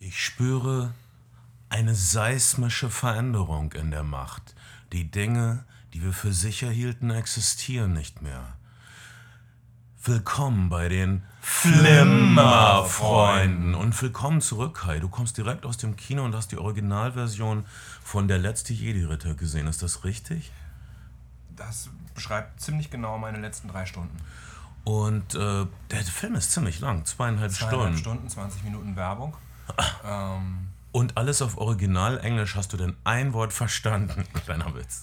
Ich spüre eine seismische Veränderung in der Macht. Die Dinge, die wir für sicher hielten, existieren nicht mehr. Willkommen bei den Flimmerfreunden und willkommen zurück, Kai. Du kommst direkt aus dem Kino und hast die Originalversion von Der letzte Jedi-Ritter gesehen. Ist das richtig? Das beschreibt ziemlich genau meine letzten 3 Stunden. Und der Film ist ziemlich lang, 2,5 Stunden. 2,5 Stunden, 20 Minuten Werbung. Und alles auf Original-Englisch. Hast du denn ein Wort verstanden? Kleiner Witz.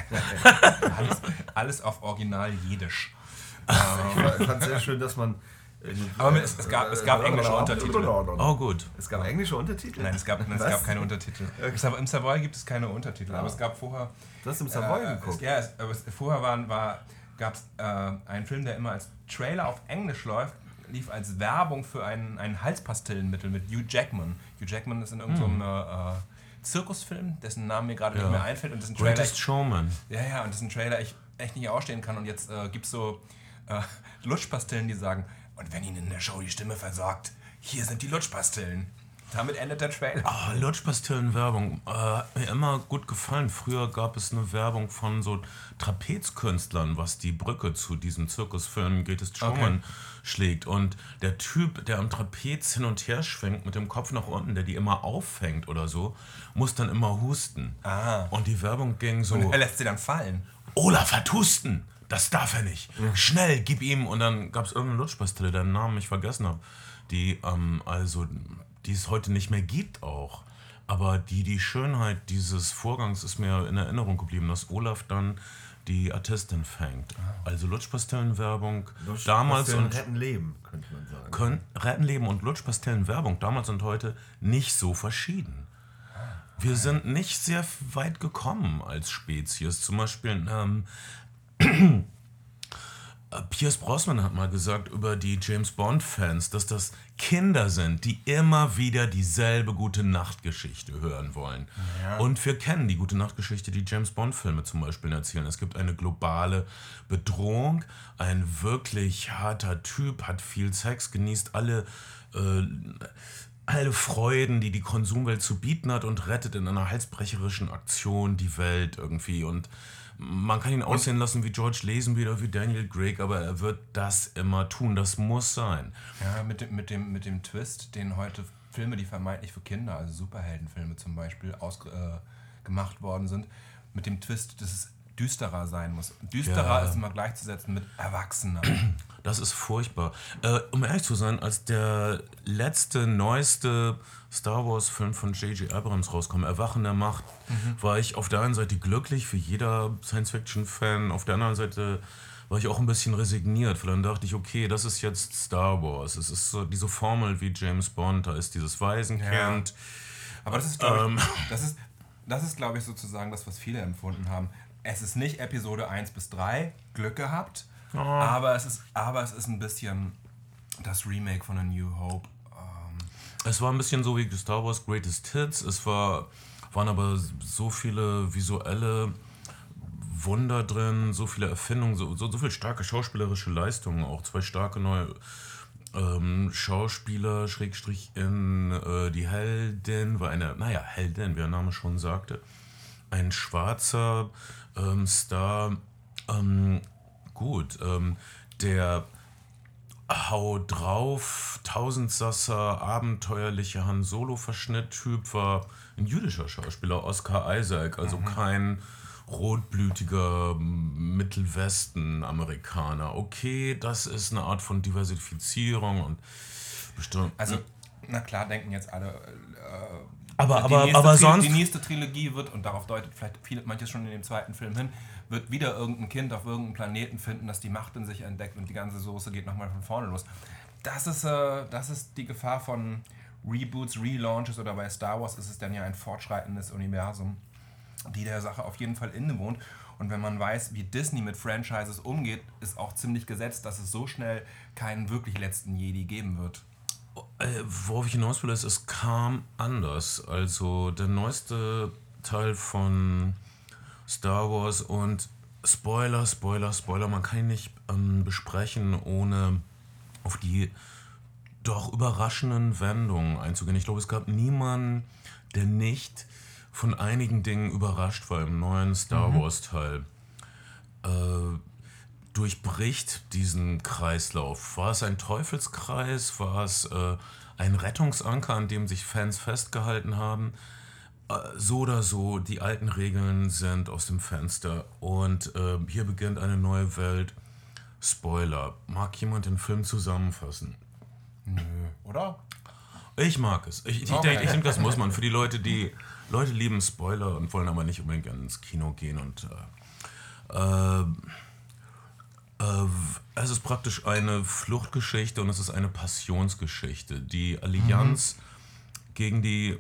alles auf Original-Jiddisch. Ich fand es sehr schön, dass man... Aber es gab englische Untertitel. Oh, gut. Es gab englische Untertitel? Nein, es gab keine Untertitel. Im Savoy gibt es keine Untertitel, aber es gab vorher... Du hast im Savoy geguckt? Vorher gab es einen Film, der immer als Trailer auf Englisch lief als Werbung für ein Halspastillenmittel mit Hugh Jackman. Hugh Jackman ist in irgendeinem Zirkusfilm, dessen Name mir gerade nicht mehr einfällt. Und das ist ein Trailer, Greatest Showman. Ja, und das ist ein Trailer, ich echt nicht ausstehen kann. Und jetzt gibt es so Lutschpastillen, die sagen, und wenn Ihnen in der Show die Stimme versorgt, hier sind die Lutschpastillen. Damit endet der Trailer. Lutschpastillen-Werbung. Hat mir immer gut gefallen. Früher gab es eine Werbung von so Trapezkünstlern, was die Brücke zu diesem Zirkusfilm Greatest Showman schlägt. Und der Typ, der am Trapez hin und her schwenkt mit dem Kopf nach unten, der die immer auffängt oder so, muss dann immer husten. Und die Werbung ging so... Und er lässt sie dann fallen. Olaf hat Husten! Das darf er nicht. Schnell, gib ihm. Und dann gab es irgendeine Lutschpastille, deren Namen ich vergessen habe, die es heute nicht mehr gibt auch. Aber die Schönheit dieses Vorgangs ist mir in Erinnerung geblieben, dass Olaf dann die Artistin fängt. Also Lutschpastillenwerbung damals und retten Leben, könnte man sagen. Retten Leben und Lutschpastillenwerbung damals und heute nicht so verschieden. Wir sind nicht sehr weit gekommen als Spezies. Zum Beispiel Pierce Brosnan hat mal gesagt über die James-Bond-Fans, dass das Kinder sind, die immer wieder dieselbe Gute-Nacht-Geschichte hören wollen. Ja. Und wir kennen die Gute-Nacht-Geschichte, die James-Bond-Filme zum Beispiel erzählen. Es gibt eine globale Bedrohung, ein wirklich harter Typ, hat viel Sex, genießt alle Freuden, die Konsumwelt zu bieten hat und rettet in einer halsbrecherischen Aktion die Welt irgendwie. Und man kann ihn aussehen lassen wie George Lazenby oder wie Daniel Craig, aber er wird das immer tun. Das muss sein. Ja, mit dem Twist, den heute Filme, die vermeintlich für Kinder, also Superheldenfilme zum Beispiel, gemacht worden sind, mit dem Twist, dass es düsterer sein muss. Düsterer ist immer gleichzusetzen mit Erwachsener. Das ist furchtbar. Um ehrlich zu sein, als der neueste Star Wars Film von J.J. Abrams rauskam, Erwachen der Macht, war ich auf der einen Seite glücklich, wie jeder Science-Fiction-Fan, auf der anderen Seite war ich auch ein bisschen resigniert, weil dann dachte ich, okay, das ist jetzt Star Wars. Es ist so diese Formel wie James Bond, da ist dieses Waisenkind. Ja. Aber das ist, glaube ich, glaube ich, sozusagen das, was viele empfunden haben. Es ist nicht Episode 1 bis 3, Glück gehabt, aber es ist ein bisschen das Remake von A New Hope. Es war ein bisschen so wie Star Wars Greatest Hits, waren aber so viele visuelle Wunder drin, so viele Erfindungen, so viel starke schauspielerische Leistungen, auch 2 starke neue Schauspieler, die Heldin, war Heldin, wie der Name schon sagte, ein schwarzer Star, der Hau drauf, Tausendsasser, abenteuerliche Han Solo-Verschnitt-Typ war ein jüdischer Schauspieler, Oscar Isaac, also kein rotblütiger Mittelwesten-Amerikaner. Okay, das ist eine Art von Diversifizierung und bestimmt. Also, na klar, denken jetzt alle. Aber sonst. Die nächste Trilogie wird, und darauf deutet vielleicht manches schon in dem 2. Film hin, wird wieder irgendein Kind auf irgendeinem Planeten finden, das die Macht in sich entdeckt und die ganze Soße geht nochmal von vorne los. Das ist die Gefahr von Reboots, Relaunches, oder bei Star Wars ist es dann ja ein fortschreitendes Universum, die der Sache auf jeden Fall innewohnt. Und wenn man weiß, wie Disney mit Franchises umgeht, ist auch ziemlich gesetzt, dass es so schnell keinen wirklich letzten Jedi geben wird. Worauf ich hinaus will, ist, es kam anders. Also der neueste Teil von Star Wars und Spoiler, man kann ihn nicht besprechen, ohne auf die doch überraschenden Wendungen einzugehen. Ich glaube, es gab niemanden, der nicht von einigen Dingen überrascht war im neuen Star Wars Teil. Durchbricht diesen Kreislauf. War es ein Teufelskreis? War es ein Rettungsanker, an dem sich Fans festgehalten haben? So oder so, die alten Regeln sind aus dem Fenster und hier beginnt eine neue Welt. Spoiler. Mag jemand den Film zusammenfassen? Nö, oder? Ich mag es. Ich denke, das muss man. Für die Leute, Leute lieben Spoiler und wollen aber nicht unbedingt ins Kino gehen. Und es ist praktisch eine Fluchtgeschichte und es ist eine Passionsgeschichte. Die Allianz gegen die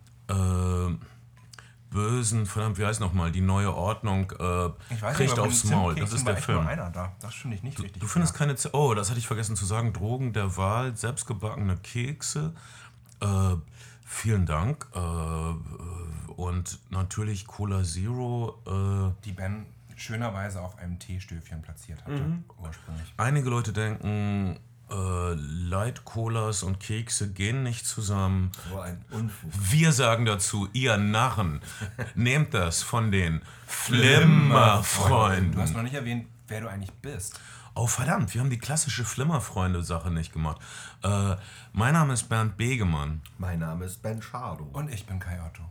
Bösen, verdammt, wie heißt nochmal, die neue Ordnung kriegt aufs Maul. Das ist der Film. Nur einer da. Das finde ich nicht richtig. Du findest keine... Oh, das hatte ich vergessen zu sagen. Drogen der Wahl, selbstgebackene Kekse. Vielen Dank. Und natürlich Cola Zero. Die Ben schönerweise auf einem Teestöfchen platziert hatte, ursprünglich. Einige Leute denken, Light Colas und Kekse gehen nicht zusammen. So ein Unfug. Wir sagen dazu, ihr Narren, nehmt das von den Flimmerfreunden. Du hast noch nicht erwähnt, wer du eigentlich bist. Oh verdammt, wir haben die klassische Flimmerfreunde-Sache nicht gemacht. Mein Name ist Bernd Begemann. Mein Name ist Ben Schardo. Und ich bin Kai Otto.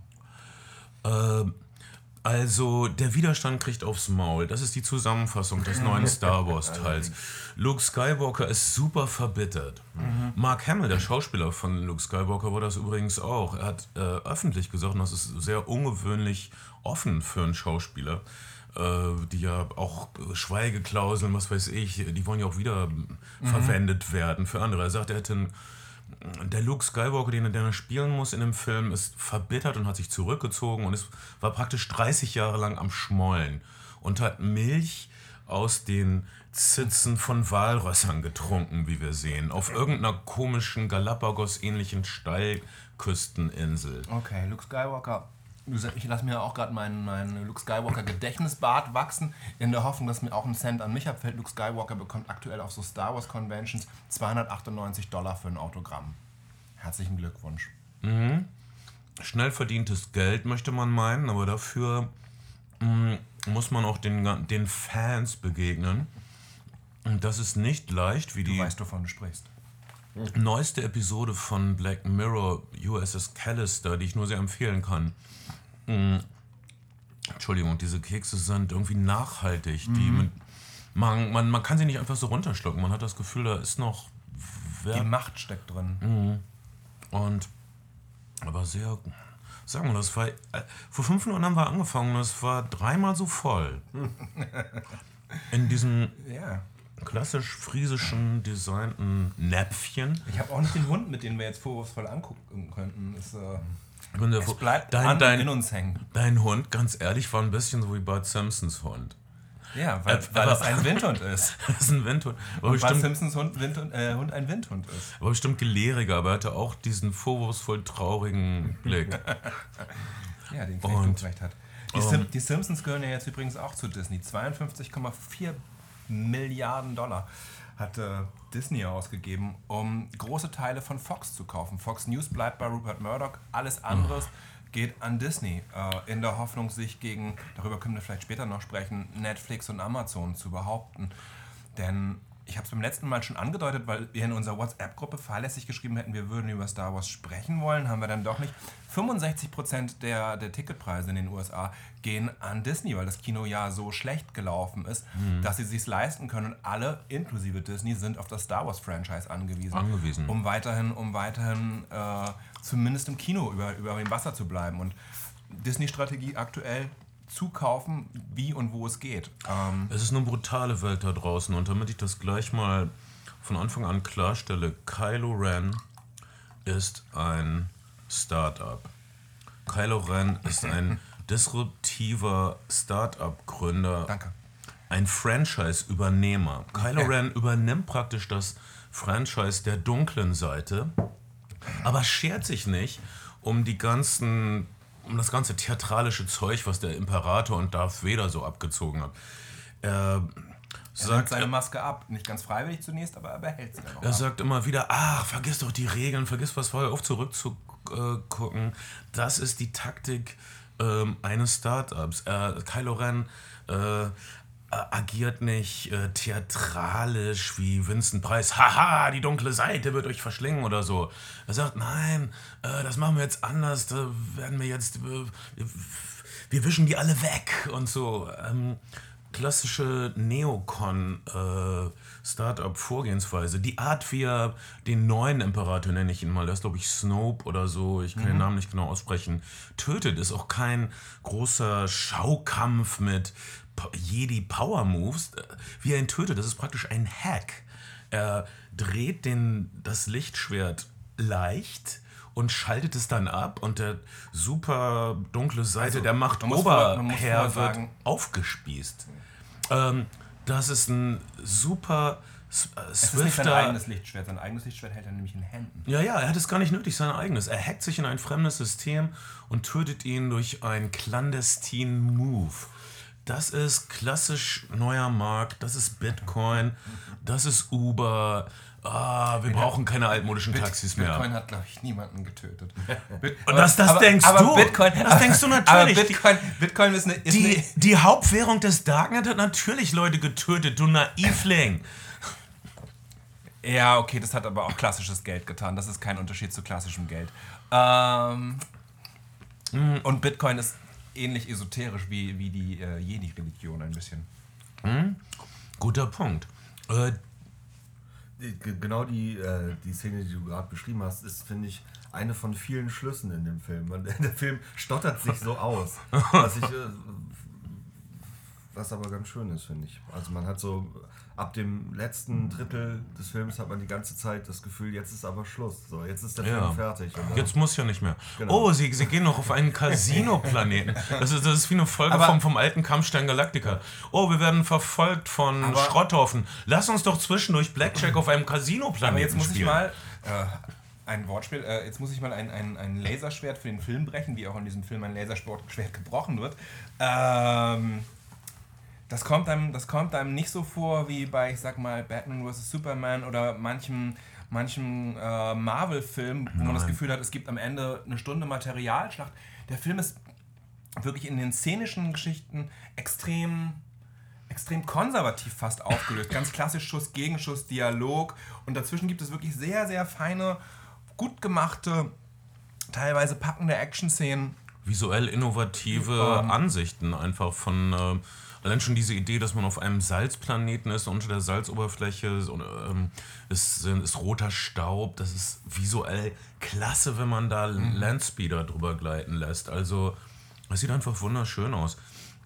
Also, der Widerstand kriegt aufs Maul. Das ist die Zusammenfassung des neuen Star Wars Teils. Luke Skywalker ist super verbittert. Mark Hamill, der Schauspieler von Luke Skywalker, war das übrigens auch. Er hat öffentlich gesagt, und das ist sehr ungewöhnlich offen für einen Schauspieler, die ja auch Schweigeklauseln, was weiß ich, die wollen ja auch wieder verwendet werden für andere. Er sagt, der Luke Skywalker, den er spielen muss in dem Film, ist verbittert und hat sich zurückgezogen und war praktisch 30 Jahre lang am Schmollen und hat Milch aus den Zitzen von Walrössern getrunken, wie wir sehen, auf irgendeiner komischen Galapagos-ähnlichen Steilküsteninsel. Okay, Luke Skywalker. Ich lasse mir auch gerade meinen Luke Skywalker Gedächtnisbart wachsen, in der Hoffnung, dass mir auch ein Cent an mich abfällt. Luke Skywalker bekommt aktuell auf so Star Wars Conventions $298 für ein Autogramm. Herzlichen Glückwunsch. Schnell verdientes Geld, möchte man meinen, aber dafür muss man auch den Fans begegnen. Und das ist nicht leicht, wie Du weißt, wovon du sprichst. neueste Episode von Black Mirror, USS Callister, die ich nur sehr empfehlen kann. Entschuldigung, diese Kekse sind irgendwie nachhaltig. Man kann sie nicht einfach so runterschlucken. Man hat das Gefühl, da ist noch... Die Macht steckt drin. Und aber sehr... Sagen wir, das war... Vor 5 Minuten haben wir angefangen und es war 3-mal so voll. In diesem klassisch friesischen, designten Näpfchen. Ich habe auch nicht den Hund, mit dem wir jetzt vorwurfsvoll angucken könnten. Es bleibt in uns hängen. Dein Hund, ganz ehrlich, war ein bisschen so wie Bart Simpsons Hund. Ja, weil das ein Windhund ist. Das ist ein Windhund. Und Bart Simpsons Hund ein Windhund ist. War bestimmt gelehriger, aber er hatte auch diesen vorwurfsvoll traurigen Blick. Ja, den vielleicht hat. Die Simpsons gehören ja jetzt übrigens auch zu Disney. 52,4 Milliarden Dollar hat Disney ausgegeben, um große Teile von Fox zu kaufen. Fox News bleibt bei Rupert Murdoch, alles andere geht an Disney, in der Hoffnung, sich gegen, darüber können wir vielleicht später noch sprechen, Netflix und Amazon zu behaupten. Denn ich habe es beim letzten Mal schon angedeutet, weil wir in unserer WhatsApp-Gruppe fahrlässig geschrieben hätten, wir würden über Star Wars sprechen wollen, haben wir dann doch nicht. 65% der Ticketpreise in den USA gehen an Disney, weil das Kinojahr so schlecht gelaufen ist, dass sie es sich leisten können. Und alle, inklusive Disney, sind auf das Star Wars-Franchise angewiesen. Um weiterhin zumindest im Kino über dem Wasser zu bleiben. Und Disney-Strategie aktuell: zukaufen, wie und wo es geht. Es ist eine brutale Welt da draußen und damit ich das gleich mal von Anfang an klarstelle, Kylo Ren ist ein Start-up. Kylo Ren ist ein disruptiver Start-up-Gründer. Danke. Ein Franchise-Übernehmer. Kylo Ren übernimmt praktisch das Franchise der dunklen Seite, aber schert sich nicht um das ganze theatralische Zeug, was der Imperator und Darth Vader so abgezogen hat. Er nimmt seine Maske ab. Nicht ganz freiwillig zunächst, aber er behält sie dann auch. Er sagt immer wieder, vergiss doch die Regeln, vergiss was vorher auf zurückzugucken. Das ist die Taktik eines Startups. Kylo Ren agiert nicht theatralisch wie Vincent Price. Haha, die dunkle Seite wird euch verschlingen oder so. Er sagt, nein, das machen wir jetzt anders. Da werden wir jetzt... wir wischen die alle weg und so. Klassische Neokon-Startup-Vorgehensweise. Die Art, wie er den neuen Imperator, nenne ich ihn mal, der ist, glaube ich, Snoke oder so, ich kann den Namen nicht genau aussprechen, tötet, ist auch kein großer Schaukampf mit Jedi-Power-Moves. Wie er ihn tötet, das ist praktisch ein Hack. Er dreht das Lichtschwert leicht und schaltet es dann ab und der super dunkle Seite der Macht Oberherr wird aufgespießt. Das ist ein super swifter... Es ist nicht sein eigenes Lichtschwert. Sein eigenes Lichtschwert hält er nämlich in Händen. Ja, er hat es gar nicht nötig, sein eigenes. Er hackt sich in ein fremdes System und tötet ihn durch einen clandestinen Move. Das ist klassisch neuer Markt, das ist Bitcoin, das ist Uber... wir brauchen keine altmodischen Taxis mehr. Bitcoin hat, glaube ich, niemanden getötet. Und das denkst du? Das denkst du natürlich. Aber Bitcoin ist eine... Die Hauptwährung des Darknet hat natürlich Leute getötet, du Naivling. Ja, okay, das hat aber auch klassisches Geld getan. Das ist kein Unterschied zu klassischem Geld. Und Bitcoin ist ähnlich esoterisch wie die Jedi-Religion ein bisschen. Guter Punkt. Genau die Szene, die du gerade beschrieben hast, ist, finde ich, eine von vielen Schlüssen in dem Film. Der Film stottert sich so aus, was aber ganz schön ist, finde ich. Also man hat so, ab dem letzten Drittel des Films hat man die ganze Zeit das Gefühl, jetzt ist aber Schluss. So, jetzt ist der Film fertig. Jetzt muss ja nicht mehr. Genau. Oh, sie gehen noch auf einen Casino-Planeten. Das ist wie eine Folge vom alten Kampfstein Galactica. Oh, wir werden verfolgt von Schrotthaufen. Lass uns doch zwischendurch Blackjack auf einem Casino-Planeten Aber jetzt muss spielen. ich mal... ein Wortspiel. Jetzt muss ich mal ein Laserschwert für den Film brechen, wie auch in diesem Film ein Laserschwert gebrochen wird. Das kommt einem nicht so vor wie bei, ich sag mal, Batman vs. Superman oder manchem Marvel-Film, wo man das Gefühl hat, es gibt am Ende eine Stunde Materialschlacht. Der Film ist wirklich in den szenischen Geschichten extrem konservativ fast aufgelöst. Ganz klassisch Schuss, Gegenschuss, Dialog. Und dazwischen gibt es wirklich sehr, sehr feine, gut gemachte, teilweise packende Action-Szenen. Visuell innovative Ansichten einfach von... Allein schon diese Idee, dass man auf einem Salzplaneten ist, unter der Salzoberfläche ist roter Staub. Das ist visuell klasse, wenn man da Landspeeder drüber gleiten lässt. Also, es sieht einfach wunderschön aus.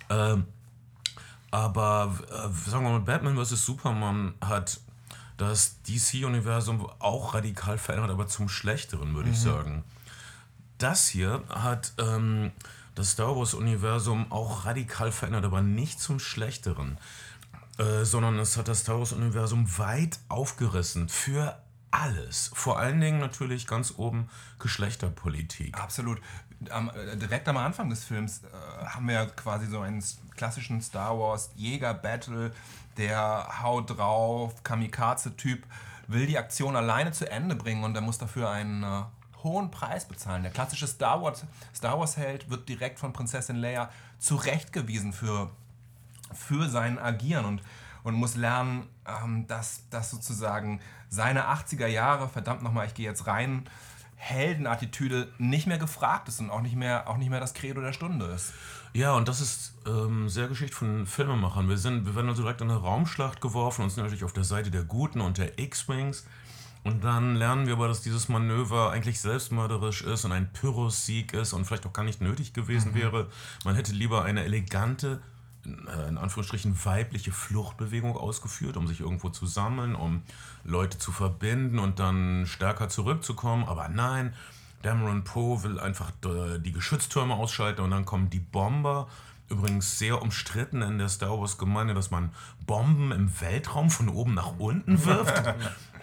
Aber sagen wir mal, Batman vs. Superman hat das DC-Universum auch radikal verändert, aber zum Schlechteren, würde ich sagen. Das hier hat das Star Wars-Universum auch radikal verändert, aber nicht zum Schlechteren, sondern es hat das Star Wars-Universum weit aufgerissen für alles. Vor allen Dingen natürlich ganz oben Geschlechterpolitik. Absolut. Direkt am Anfang des Films haben wir ja quasi so einen klassischen Star Wars Jäger-Battle, der haut drauf, Kamikaze-Typ, will die Aktion alleine zu Ende bringen und er muss dafür einen hohen Preis bezahlen. Der klassische Star Wars-Held wird direkt von Prinzessin Leia zurechtgewiesen für sein Agieren und muss lernen, dass sozusagen seine 80er Jahre, verdammt nochmal, ich gehe jetzt rein, Heldenattitüde nicht mehr gefragt ist und auch nicht mehr das Credo der Stunde ist. Ja, und das ist sehr geschickt von Filmemachern. Wir werden also direkt in eine Raumschlacht geworfen und sind natürlich auf der Seite der Guten und der X-Wings. Und dann lernen wir aber, dass dieses Manöver eigentlich selbstmörderisch ist und ein Pyrrhus-Sieg ist und vielleicht auch gar nicht nötig gewesen wäre. Man hätte lieber eine elegante, in Anführungsstrichen weibliche Fluchtbewegung ausgeführt, um sich irgendwo zu sammeln, um Leute zu verbinden und dann stärker zurückzukommen. Aber nein, Dameron Poe will einfach die Geschütztürme ausschalten und dann kommen die Bomber. Übrigens sehr umstritten in der Star Wars-Gemeinde, dass man Bomben im Weltraum von oben nach unten wirft.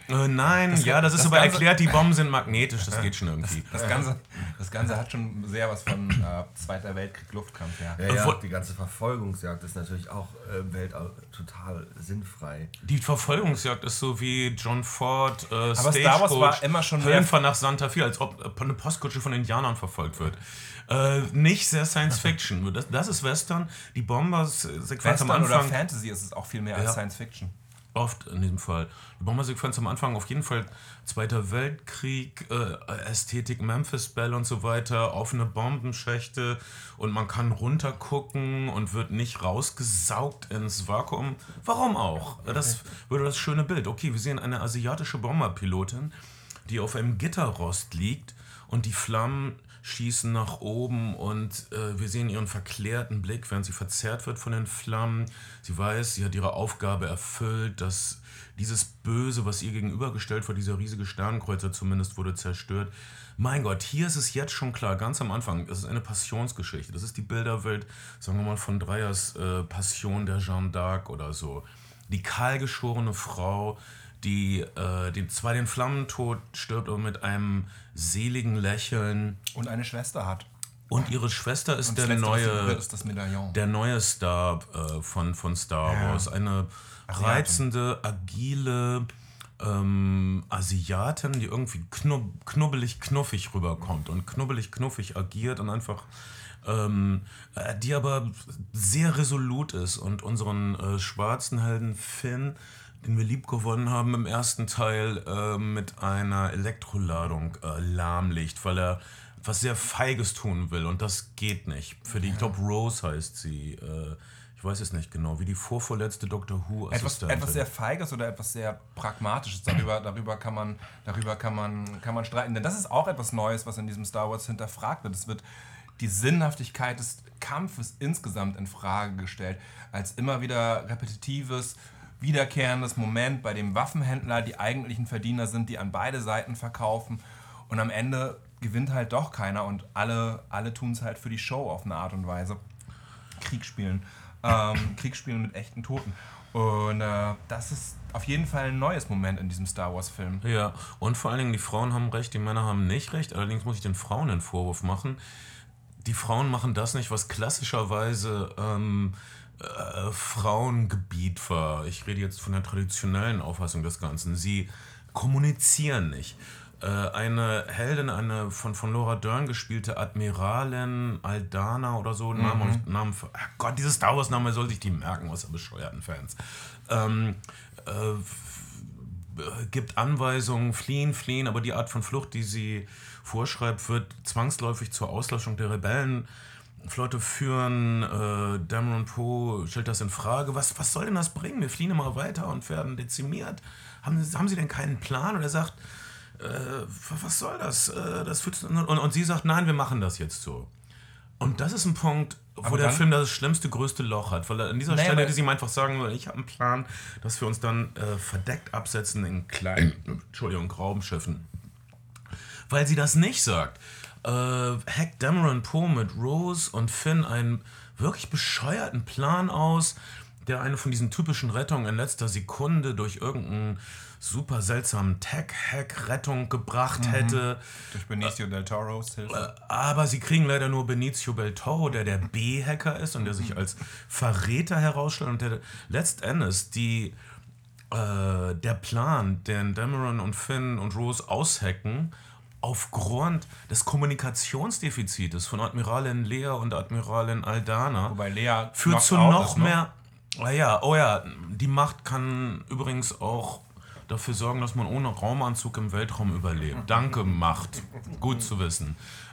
Nein, das ist aber erklärt, die Bomben sind magnetisch, das geht schon irgendwie. Das Ganze hat schon sehr was von Zweiter Weltkrieg, Luftkampf, ja. Die ganze Verfolgungsjagd ist natürlich auch total sinnfrei. Die Verfolgungsjagd ist so wie John Ford, aber Star Wars war immer schon Höllenfahrt nach Santa Fe, als ob eine Postkutsche von Indianern verfolgt wird. Nicht sehr Science-Fiction. Das ist Western. Die Bomber-Sequenz am Anfang... oder Fantasy ist es auch viel mehr als Science-Fiction. Oft in diesem Fall. Die Bomber-Sequenz am Anfang auf jeden Fall Zweiter Weltkrieg, Ästhetik, Memphis Belle und so weiter, offene Bombenschächte und man kann runtergucken und wird nicht rausgesaugt ins Vakuum. Warum auch? Das würde das schöne Bild. Okay, wir sehen eine asiatische Bomberpilotin, die auf einem Gitterrost liegt und die Flammen schießen nach oben und wir sehen ihren verklärten Blick, während sie verzerrt wird von den Flammen. Sie weiß, sie hat ihre Aufgabe erfüllt, dass dieses Böse, was ihr gegenübergestellt wird, dieser riesige Sternenkreuzer zumindest, wurde zerstört. Mein Gott, hier ist es jetzt schon klar, ganz am Anfang, es ist eine Passionsgeschichte. Das ist die Bilderwelt, sagen wir mal, von Dreyers Passion der Jeanne d'Arc oder so. Die kahlgeschorene Frau, die zwar den Flammentod stirbt, aber mit einem seligen Lächeln. Und eine Schwester hat. Und ihre Schwester ist und der neue Star von Star Wars. Eine reizende, agile Asiatin, die irgendwie knubbelig-knuffig rüberkommt und knubbelig-knuffig agiert und einfach die aber sehr resolut ist und unseren schwarzen Helden Finn, den wir liebgewonnen haben im ersten Teil, mit einer Elektroladung lahmlegt, weil er was sehr Feiges tun will und das geht nicht. Ich glaube Rose heißt sie, ich weiß es nicht genau, wie die vorletzte Doctor Who-Assistentin. Etwas sehr Feiges oder etwas sehr Pragmatisches, darüber kann man streiten, denn das ist auch etwas Neues, was in diesem Star Wars hinterfragt wird. Es wird die Sinnhaftigkeit des Kampfes insgesamt in Frage gestellt, als immer wieder repetitives, wiederkehrendes Moment, bei dem Waffenhändler die eigentlichen Verdiener sind, die an beide Seiten verkaufen und am Ende gewinnt halt doch keiner und alle tun es halt für die Show auf eine Art und Weise. Kriegsspielen mit echten Toten. Und das ist auf jeden Fall ein neues Moment in diesem Star Wars Film. Ja, und vor allen Dingen die Frauen haben recht, die Männer haben nicht recht, allerdings muss ich den Frauen einen Vorwurf machen. Die Frauen machen das nicht, was klassischerweise Frauengebiet war. Ich rede jetzt von der traditionellen Auffassung des Ganzen. Sie kommunizieren nicht. Eine Heldin, eine von Laura Dern gespielte Admiralin Aldana oder so, Namen für, Gott, diese Star Wars Name soll sich die merken, außer bescheuerten Fans. Gibt Anweisungen, fliehen, aber die Art von Flucht, die sie vorschreibt, wird zwangsläufig zur Auslöschung der Rebellenflotte führen. Dameron Poe stellt das in Frage. Was soll denn das bringen? Wir fliehen immer weiter und werden dezimiert. Haben sie denn keinen Plan? Und er sagt, was soll das? Und sie sagt, nein, wir machen das jetzt so. Und das ist ein Punkt, wo der Film das schlimmste, größte Loch hat. Weil an dieser Stelle hätte sie ihm einfach sagen wollen, ich habe einen Plan, dass wir uns dann verdeckt absetzen in kleinen Raumschiffen. Weil sie das nicht sagt. Hackt Dameron Poe mit Rose und Finn einen wirklich bescheuerten Plan aus, der eine von diesen typischen Rettungen in letzter Sekunde durch irgendeinen super seltsamen Tech-Hack Rettung gebracht hätte. Durch Benicio del Toro's Hilfe. Aber sie kriegen leider nur Benicio del Toro, der B-Hacker ist und der sich als Verräter herausstellt und der letztendlich der Plan, den Dameron und Finn und Rose aushacken, aufgrund des Kommunikationsdefizites von Admiralin Lea und Admiralin Aldana, wobei Lea führt zu noch mehr. Die Macht kann übrigens auch dafür sorgen, dass man ohne Raumanzug im Weltraum überlebt. Danke, Macht. Gut zu wissen.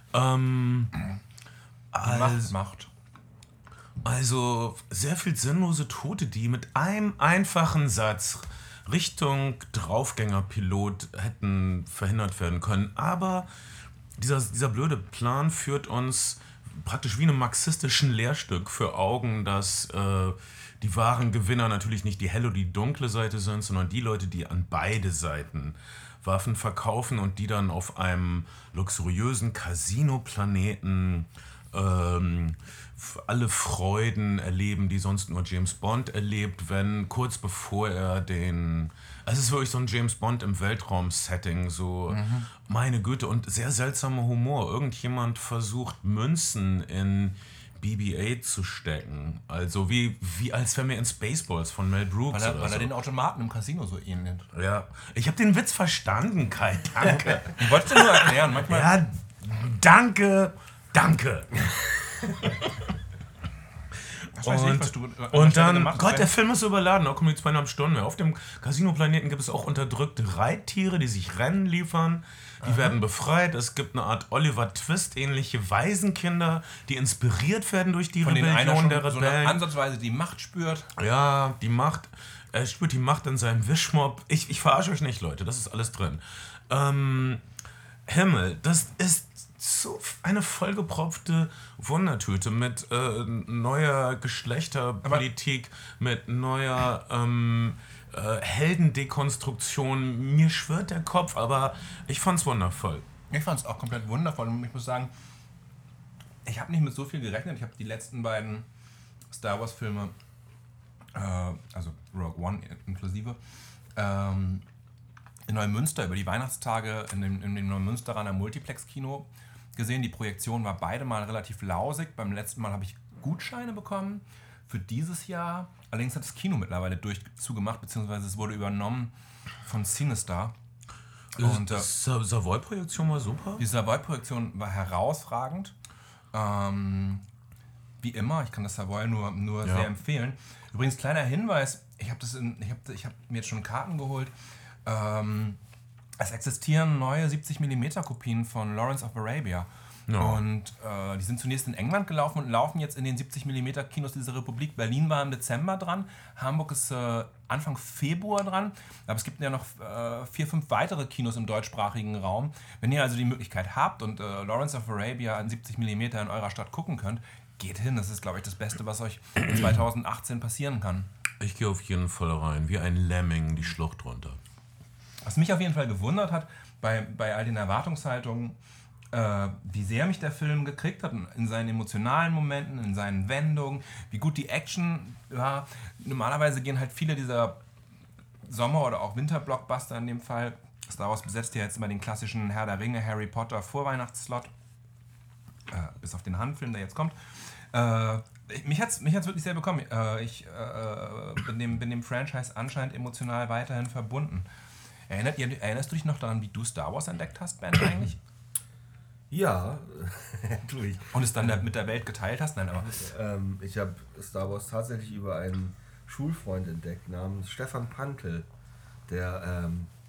Macht. Also sehr viel sinnlose Tote, die mit einem einfachen Satz Richtung Draufgängerpilot hätten verhindert werden können. Aber dieser blöde Plan führt uns praktisch wie einem marxistischen Lehrstück für Augen, dass die wahren Gewinner natürlich nicht die helle oder die dunkle Seite sind, sondern die Leute, die an beide Seiten Waffen verkaufen und die dann auf einem luxuriösen Casino-Planeten alle Freuden erleben, die sonst nur James Bond erlebt, wenn kurz bevor er es ist wirklich so ein James Bond im Weltraum-Setting, so, meine Güte, und sehr seltsamer Humor. Irgendjemand versucht, Münzen in BB-8 zu stecken. Also wie als wenn wir in Spaceballs von Mel Brooks weil er den Automaten im Casino so ähnelt. Ja, ich habe den Witz verstanden, Kai, danke. Ich wollte es dir nur erklären, manchmal... Ja, danke. Und dann, Gott, der Film ist überladen, auch kommen die 2,5 Stunden mehr. Auf dem Casino-Planeten gibt es auch unterdrückte Reittiere, die sich Rennen liefern. Die werden befreit. Es gibt eine Art Oliver Twist-ähnliche Waisenkinder, die inspiriert werden durch die Rebellion der Rebellen. So ansatzweise die Macht spürt. Ja, die Macht. Er spürt die Macht in seinem Wischmopp. Ich verarsche euch nicht, Leute, das ist alles drin. Himmel, das ist so eine vollgepropfte Wundertüte mit neuer Geschlechterpolitik, mit neuer Heldendekonstruktion. Mir schwirrt der Kopf, aber ich fand's wundervoll. Ich fand's auch komplett wundervoll und ich muss sagen, ich habe nicht mit so viel gerechnet. Ich habe die letzten beiden Star Wars Filme, also Rogue One inklusive, in Neumünster über die Weihnachtstage in dem Neumünsteraner Multiplex-Kino gesehen. Die Projektion war beide mal relativ lausig. Beim letzten Mal habe ich Gutscheine bekommen für dieses Jahr. Allerdings hat das Kino mittlerweile zugemacht, beziehungsweise es wurde übernommen von Cinestar. Und die Savoy-Projektion war super? Die Savoy-Projektion war herausragend. Wie immer, ich kann das Savoy nur sehr empfehlen. Übrigens, kleiner Hinweis, ich habe mir jetzt schon Karten geholt. Es existieren neue 70mm Kopien von Lawrence of Arabia. Ja. Und die sind zunächst in England gelaufen und laufen jetzt in den 70mm Kinos dieser Republik. Berlin war im Dezember dran, Hamburg ist Anfang Februar dran. Aber es gibt ja noch 4, 5 weitere Kinos im deutschsprachigen Raum. Wenn ihr also die Möglichkeit habt und Lawrence of Arabia in 70mm in eurer Stadt gucken könnt, geht hin. Das ist, glaube ich, das Beste, was euch 2018 passieren kann. Ich gehe auf jeden Fall rein, wie ein Lemming die Schlucht runter. Was mich auf jeden Fall gewundert hat, bei all den Erwartungshaltungen, wie sehr mich der Film gekriegt hat, in seinen emotionalen Momenten, in seinen Wendungen, wie gut die Action war. Normalerweise gehen halt viele dieser Sommer- oder auch Winter-Blockbuster in dem Fall. Star Wars besetzt ja jetzt immer den klassischen Herr der Ringe, Harry Potter Vorweihnachtsslot. Bis auf den Han-Film, der jetzt kommt. Mich hat's wirklich sehr bekommen. Ich bin dem Franchise anscheinend emotional weiterhin verbunden. Erinnerst du dich noch daran, wie du Star Wars entdeckt hast, Ben, eigentlich? Ja, tue ich. Und es dann mit der Welt geteilt hast? Nein, aber... Ich habe Star Wars tatsächlich über einen Schulfreund entdeckt, namens Stefan Pantel, der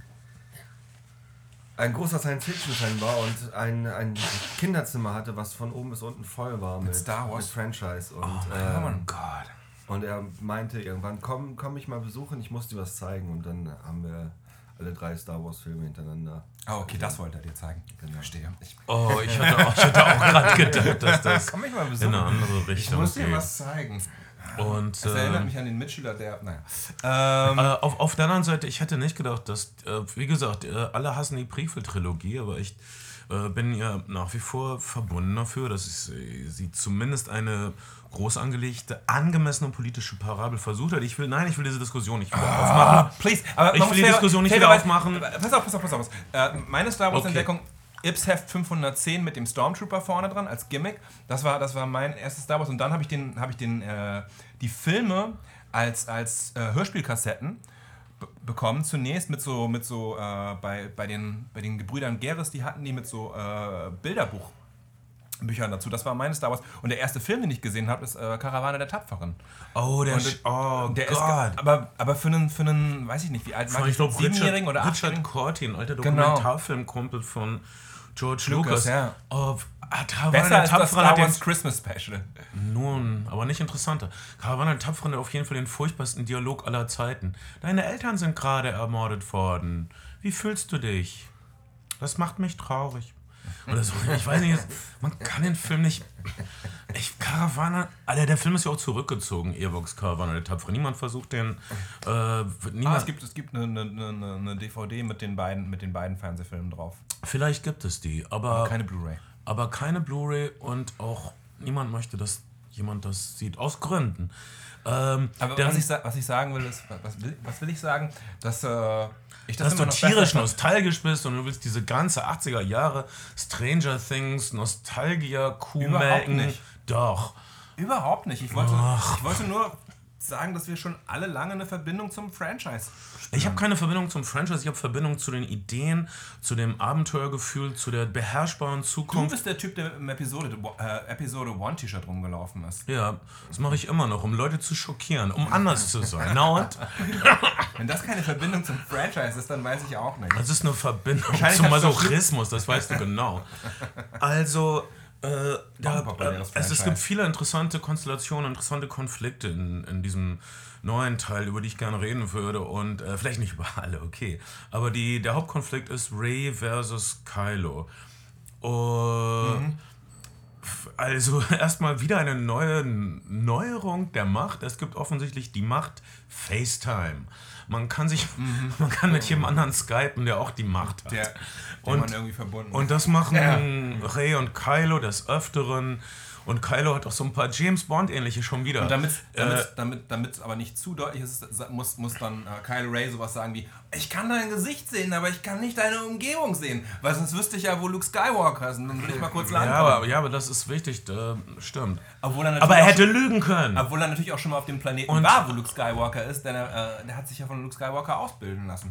ein großer Science-Fiction-Fan war und ein Kinderzimmer hatte, was von oben bis unten voll war mit Star Wars? Mit Franchise. Und, oh mein Gott. Und er meinte irgendwann, komm mich mal besuchen, ich muss dir was zeigen. Und dann haben wir alle 3 Star Wars Filme hintereinander. Ah, okay, das wollte er dir zeigen. Genau. Verstehe. Ich hatte auch gerade gedacht, dass das komm mich mal besuchen. In eine andere Richtung Ich muss dir was zeigen. Und, das erinnert mich an den Mitschüler, der... Naja. Auf der anderen Seite, ich hätte nicht gedacht, dass... wie gesagt, alle hassen die Prequel-Trilogie, aber ich bin ja nach wie vor verbunden dafür, dass sie zumindest eine groß angelegte, angemessene politische Parabel versucht hat. Ich will diese Diskussion nicht wieder aufmachen. Please. Aber ich will die Diskussion nicht wieder aufmachen. Pass auf. Meine Star Wars-Entdeckung, Ips Heft 510 mit dem Stormtrooper vorne dran als Gimmick. Das war mein erstes Star Wars. Und dann habe ich die Filme als Hörspielkassetten bekommen. Zunächst bei den Gebrüdern Gerres, die hatten die mit so Bilderbuchbüchern dazu. Das war meine Star Wars. Und der erste Film, den ich gesehen habe, ist Karawane der Tapferen. Oh, der ist, aber für einen, weiß ich nicht, wie alt war ich? 7-Jährigen oder 8-Jährigen? Richard Corty, ein alter Dokumentarfilmkumpel von George Lucas. Ja. Besser als das Star Wars Christmas Special. Nun, aber nicht interessanter. Karawane der Tapferen hat auf jeden Fall den furchtbarsten Dialog aller Zeiten. Deine Eltern sind gerade ermordet worden. Wie fühlst du dich? Das macht mich traurig. Oder so. Ich weiß nicht, man kann den Film nicht... der Film ist ja auch zurückgezogen, Ewoks Karawane der Tapferen. Niemand versucht den... Es gibt eine DVD mit den beiden Fernsehfilmen drauf. Vielleicht gibt es die, aber keine Blu-ray. Aber keine Blu-ray und auch niemand möchte, dass jemand das sieht. Aus Gründen. Aber was ich sagen will, ist, was will ich sagen? Dass du tierisch nostalgisch bist und du willst diese ganze 80er Jahre Stranger Things, Nostalgia, Kuhmelken. Überhaupt nicht. Doch. Überhaupt nicht. Ich wollte nur sagen, dass wir schon alle lange eine Verbindung zum Franchise spüren. Ich habe keine Verbindung zum Franchise, ich habe Verbindung zu den Ideen, zu dem Abenteuergefühl, zu der beherrschbaren Zukunft. Du bist der Typ, der im Episode 1 T-Shirt rumgelaufen ist. Ja, das mache ich immer noch, um Leute zu schockieren, um anders zu sein. Na und? Wenn das keine Verbindung zum Franchise ist, dann weiß ich auch nicht. Das ist eine Verbindung zum Masochismus, das weißt du genau. Also... es gibt viele interessante Konstellationen, interessante Konflikte in diesem neuen Teil, über die ich gerne reden würde und vielleicht nicht über alle, okay. Aber der Hauptkonflikt ist Rey versus Kylo. Also erstmal wieder eine neue Neuerung der Macht. Es gibt offensichtlich die Macht FaceTime. Man kann mit jedem anderen skypen, der auch die Macht hat. Der man irgendwie verbunden ist. Und das machen Rey und Kylo des Öfteren. Und Kylo hat auch so ein paar James-Bond-ähnliche schon wieder. Und damit es aber nicht zu deutlich ist, muss dann Kylo Ray sowas sagen wie: Ich kann dein Gesicht sehen, aber ich kann nicht deine Umgebung sehen. Weil sonst wüsste ich ja, wo Luke Skywalker ist. Und dann würde ich mal kurz lang. Ja, aber das ist wichtig, stimmt. Aber er hätte lügen können. Obwohl er natürlich auch schon mal auf dem Planeten war, wo Luke Skywalker ist, denn der hat sich ja von Luke Skywalker ausbilden lassen.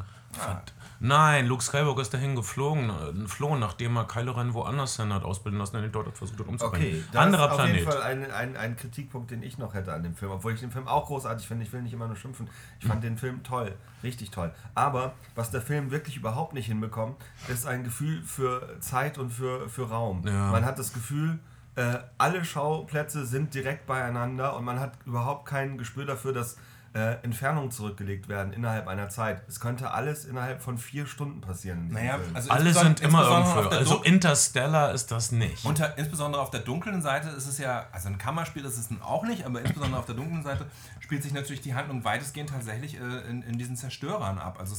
Nein, Luke Skywalker ist dahin geflohen, nachdem er Kylo Ren woanders hin hat ausbilden lassen, den dort versucht hat umzubringen. Okay, das ist auf jeden Fall ein Kritikpunkt, den ich noch hätte an dem Film, obwohl ich den Film auch großartig finde. Ich will nicht immer nur schimpfen. Ich fand den Film toll, richtig toll. Aber was der Film wirklich überhaupt nicht hinbekommt, ist ein Gefühl für Zeit und für Raum. Ja. Man hat das Gefühl, alle Schauplätze sind direkt beieinander und man hat überhaupt kein Gespür dafür, dass Entfernungen zurückgelegt werden innerhalb einer Zeit. Es könnte alles innerhalb von 4 Stunden passieren. Also alle sind immer irgendwo. Also Interstellar ist das nicht. Insbesondere auf der dunklen Seite ist es ja, also ein Kammerspiel ist es auch nicht, aber insbesondere auf der dunklen Seite spielt sich natürlich die Handlung weitestgehend tatsächlich in diesen Zerstörern ab. Also es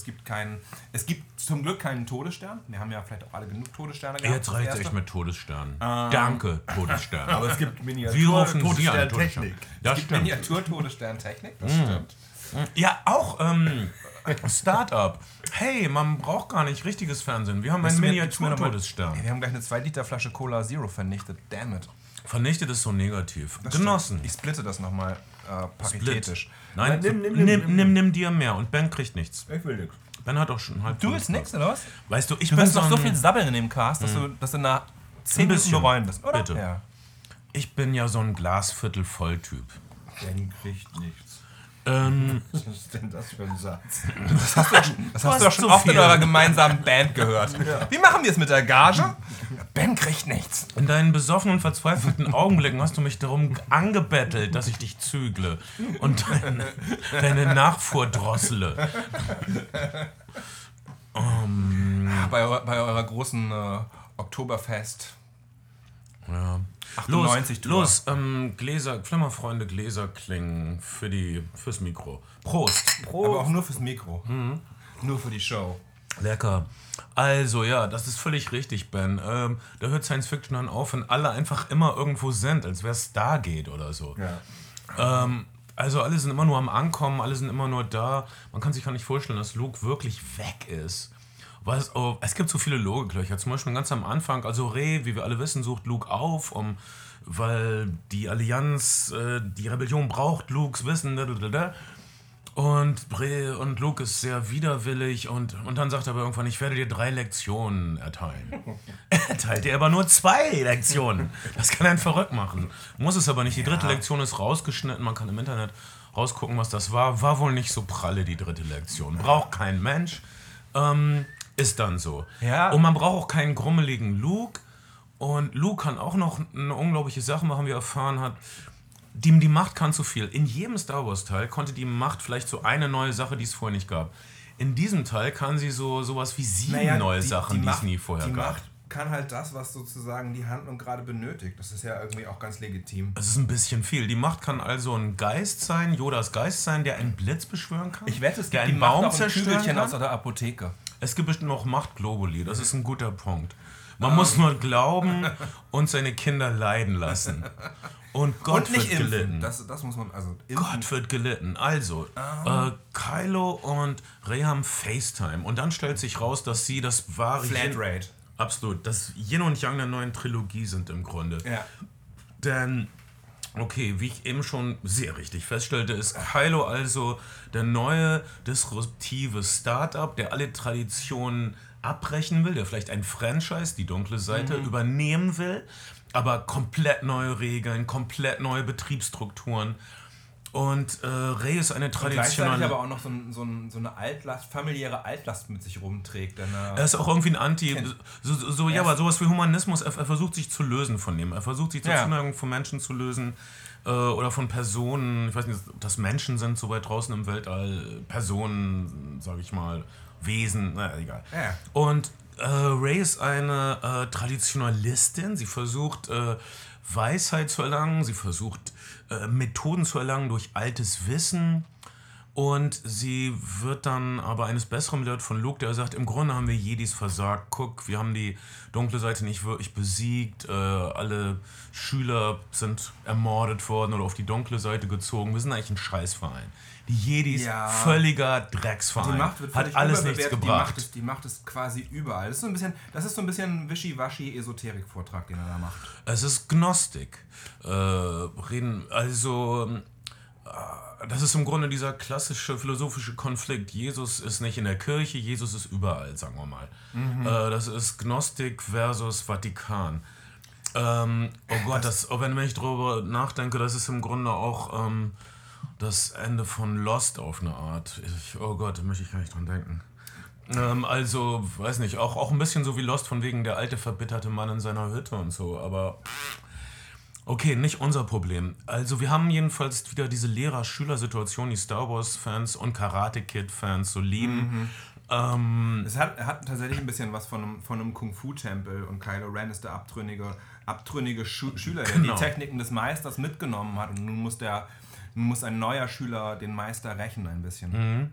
gibt zum Glück keinen Todesstern. Wir haben ja vielleicht auch alle genug Todessterne gehabt. Jetzt reicht es echt mit Todessternen. Danke, Todesstern. Aber es gibt Miniatur-Todessterntechnik. Das stimmt. Miniatur-Todessterntechnik, das stimmt. Ja, auch Start-up. Hey, man braucht gar nicht richtiges Fernsehen. Wir haben einen Miniatur-Todesstern. Wir haben gleich eine 2-Liter Flasche Cola Zero vernichtet. Damn it. Vernichtet ist so negativ. Das genossen. Stimmt. Ich splitte das nochmal paritätisch. Nein, nimm dir mehr und Ben kriegt nichts. Ich will nichts. Ben hat auch schon halb. Du willst nichts, oder was? Weißt du, du wirst doch so viel sabbeln in dem Cast, dass du nach 10 Minuten bereuen bist, oder? Bitte. Ja. Ich bin ja so ein Glasviertel-Voll-Typ. Ben kriegt nichts. Was ist denn das für ein Satz? Das hast du doch schon oft in eurer gemeinsamen Band gehört. Ja. Wie machen wir es mit der Gage? Ben kriegt nichts. In deinen besoffenen, verzweifelten Augenblicken hast du mich darum angebettelt, dass ich dich zügle und deine Nachfuhr drossele. Bei eurer großen Oktoberfest. Ja. 98 los, Gläser, Flimmerfreunde, Gläser klingen fürs Mikro. Prost. Aber auch nur fürs Mikro. Mhm. Nur für die Show. Lecker. Also ja, das ist völlig richtig, Ben. Da hört Science Fiction dann auf, wenn alle einfach immer irgendwo sind, als wäre es Stargate oder so. Ja. Also alle sind immer nur am Ankommen, alle sind immer nur da. Man kann sich gar nicht vorstellen, dass Luke wirklich weg ist. Es gibt so viele Logiklöcher. Zum Beispiel ganz am Anfang, also Rey, wie wir alle wissen, sucht Luke auf, weil die Allianz, die Rebellion braucht Lukes Wissen. Und Luke ist sehr widerwillig und dann sagt er aber irgendwann, ich werde dir 3 Lektionen erteilen. Er teilt dir aber nur 2 Lektionen. Das kann einen verrückt machen. Muss es aber nicht. Die 3. Lektion ist rausgeschnitten. Man kann im Internet rausgucken, was das war. War wohl nicht so pralle, die 3. Lektion. Braucht kein Mensch. Ist dann so. Ja. Und man braucht auch keinen grummeligen Luke. Und Luke kann auch noch eine unglaubliche Sache machen, wie er erfahren hat. Die Macht kann zu viel. In jedem Star Wars Teil konnte die Macht vielleicht so eine neue Sache, die es vorher nicht gab. In diesem Teil kann sie sowas wie 7 neue Sachen, die es nie vorher gab. Die Macht kann halt das, was sozusagen die Handlung gerade benötigt. Das ist ja irgendwie auch ganz legitim. Es ist ein bisschen viel. Die Macht kann also ein Geist sein, Yodas Geist sein, der einen Blitz beschwören kann. Ich wette, es gibt einen Baum zerstören kann. aus der Apotheke. Es gibt bestimmt noch Machtglobuli, das ist ein guter Punkt. Man muss nur glauben und seine Kinder leiden lassen. Und Gott Und nicht wird impfen. gelitten. Das muss man, also impfen. Gott wird gelitten. Also, Kylo und Rey haben FaceTime. Und dann stellt sich raus, dass sie das wahre... Flatrate. Absolut. Das Yin und Yang der neuen Trilogie sind im Grunde. Ja. Denn, okay, wie ich eben schon sehr richtig feststellte, ist Kylo also der neue, disruptive Startup, der alle Traditionen abbrechen will, der vielleicht ein Franchise, die dunkle Seite, übernehmen will, aber komplett neue Regeln, komplett neue Betriebsstrukturen. Und Rey ist eine traditionelle... Gleichzeitig aber auch noch so eine Altlast, familiäre Altlast mit sich rumträgt. Denn er ist auch irgendwie ein Anti... Ja, aber sowas wie Humanismus, er versucht sich zu lösen von dem. Er versucht sich zur Zuneigung von Menschen zu lösen oder von Personen. Ich weiß nicht, dass Menschen sind so weit draußen im Weltall. Personen, sage ich mal, Wesen, naja, egal. Ja. Und Rey ist eine Traditionalistin. Sie versucht... Weisheit zu erlangen, sie versucht Methoden zu erlangen durch altes Wissen und sie wird dann aber eines Besseren belehrt von Luke, der sagt, im Grunde haben wir Jedis versagt, guck, wir haben die dunkle Seite nicht wirklich besiegt, alle Schüler sind ermordet worden oder auf die dunkle Seite gezogen, wir sind eigentlich ein Scheißverein. Die Jedis, völliger Drecksverein. Die Macht wird hat alles nichts gebracht. Die Macht ist quasi überall. Das ist so ein bisschen Wischiwaschi-Esoterik-Vortrag, den er da macht. Es ist Gnostik. Das ist im Grunde dieser klassische philosophische Konflikt. Jesus ist nicht in der Kirche, Jesus ist überall, sagen wir mal. Das ist Gnostik versus Vatikan. Oh Gott, wenn ich darüber nachdenke, das ist im Grunde auch das Ende von Lost auf eine Art. Oh Gott, da möchte ich gar nicht dran denken. Also, weiß nicht, auch ein bisschen so wie Lost, von wegen der alte verbitterte Mann in seiner Hütte und so, aber okay, nicht unser Problem. Also wir haben jedenfalls wieder diese Lehrer-Schüler-Situation, die Star Wars-Fans und Karate-Kid-Fans so lieben. Es hat tatsächlich ein bisschen was von einem Kung-Fu-Tempel und Kylo Ren ist der abtrünnige Schüler, der die Techniken des Meisters mitgenommen hat und nun muss ein neuer Schüler den Meister rächen ein bisschen.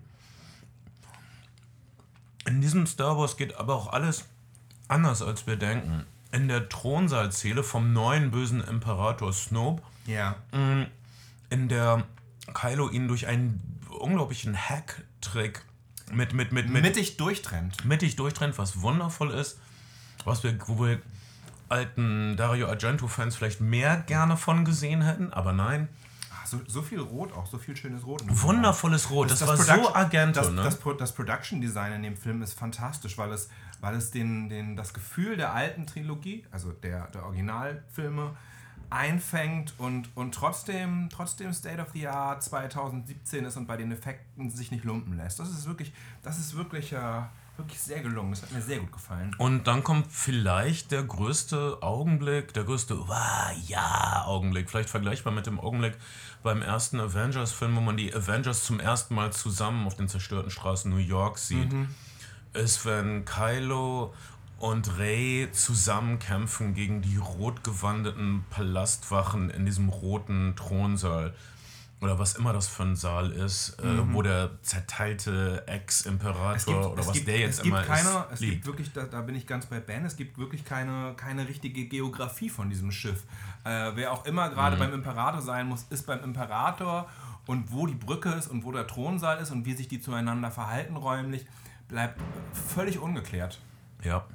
In diesem Star Wars geht aber auch alles anders, als wir denken. In der Thronsaal-Szene vom neuen bösen Imperator Snoke, in der Kylo ihn durch einen unglaublichen Hack-Trick mittig durchtrennt, was wundervoll ist, wo wir alten Dario Argento-Fans vielleicht mehr gerne von gesehen hätten, aber nein. So viel Rot, auch so viel schönes Rot. Wundervolles Rot, das war so Argento. Das Production Design in dem Film ist fantastisch, weil es das Gefühl der alten Trilogie, also der Originalfilme, einfängt und trotzdem State of the Art 2017 ist und bei den Effekten sich nicht lumpen lässt. Das ist wirklich sehr gelungen. Das hat mir sehr gut gefallen. Und dann kommt vielleicht der größte Augenblick, Augenblick, vielleicht vergleichbar mit dem Augenblick beim ersten Avengers-Film, wo man die Avengers zum ersten Mal zusammen auf den zerstörten Straßen New York sieht, ist, wenn Kylo und Rey zusammen kämpfen gegen die rotgewandeten Palastwachen in diesem roten Thronsaal. Oder was immer das für ein Saal ist, wo der zerteilte Ex-Imperator liegt wirklich, da bin ich ganz bei Ben, es gibt wirklich keine richtige Geografie von diesem Schiff. Wer auch immer gerade beim Imperator sein muss, ist beim Imperator und wo die Brücke ist und wo der Thronsaal ist und wie sich die zueinander verhalten räumlich, bleibt völlig ungeklärt. Ja.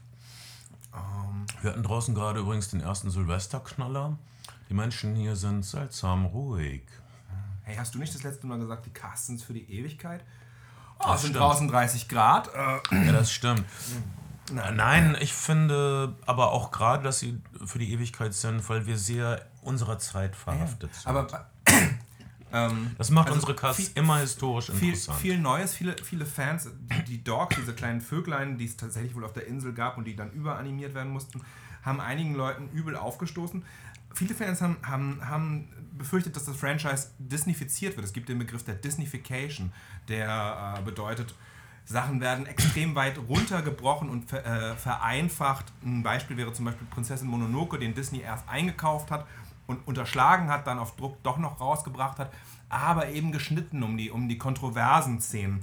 Wir hatten draußen gerade übrigens den ersten Silvesterknaller. Die Menschen hier sind seltsam ruhig. Hey, hast du nicht das letzte Mal gesagt, die Castings für die Ewigkeit? Es sind draußen 30 Grad. Ja, das stimmt. Nein, ich finde aber auch gerade, dass sie für die Ewigkeit sind, weil wir sehr unserer Zeit verhaftet sind. Aber das macht unsere Casts immer historisch interessant. Viel Neues, viele Fans, die Dogs, diese kleinen Vöglein, die es tatsächlich wohl auf der Insel gab und die dann überanimiert werden mussten, haben einigen Leuten übel aufgestoßen. Viele Fans haben befürchtet, dass das Franchise disneyfiziert wird. Es gibt den Begriff der Disneyfication, der bedeutet, Sachen werden extrem weit runtergebrochen und vereinfacht. Ein Beispiel wäre zum Beispiel Prinzessin Mononoke, den Disney erst eingekauft hat und unterschlagen hat, dann auf Druck doch noch rausgebracht hat, aber eben geschnitten um die kontroversen Szenen.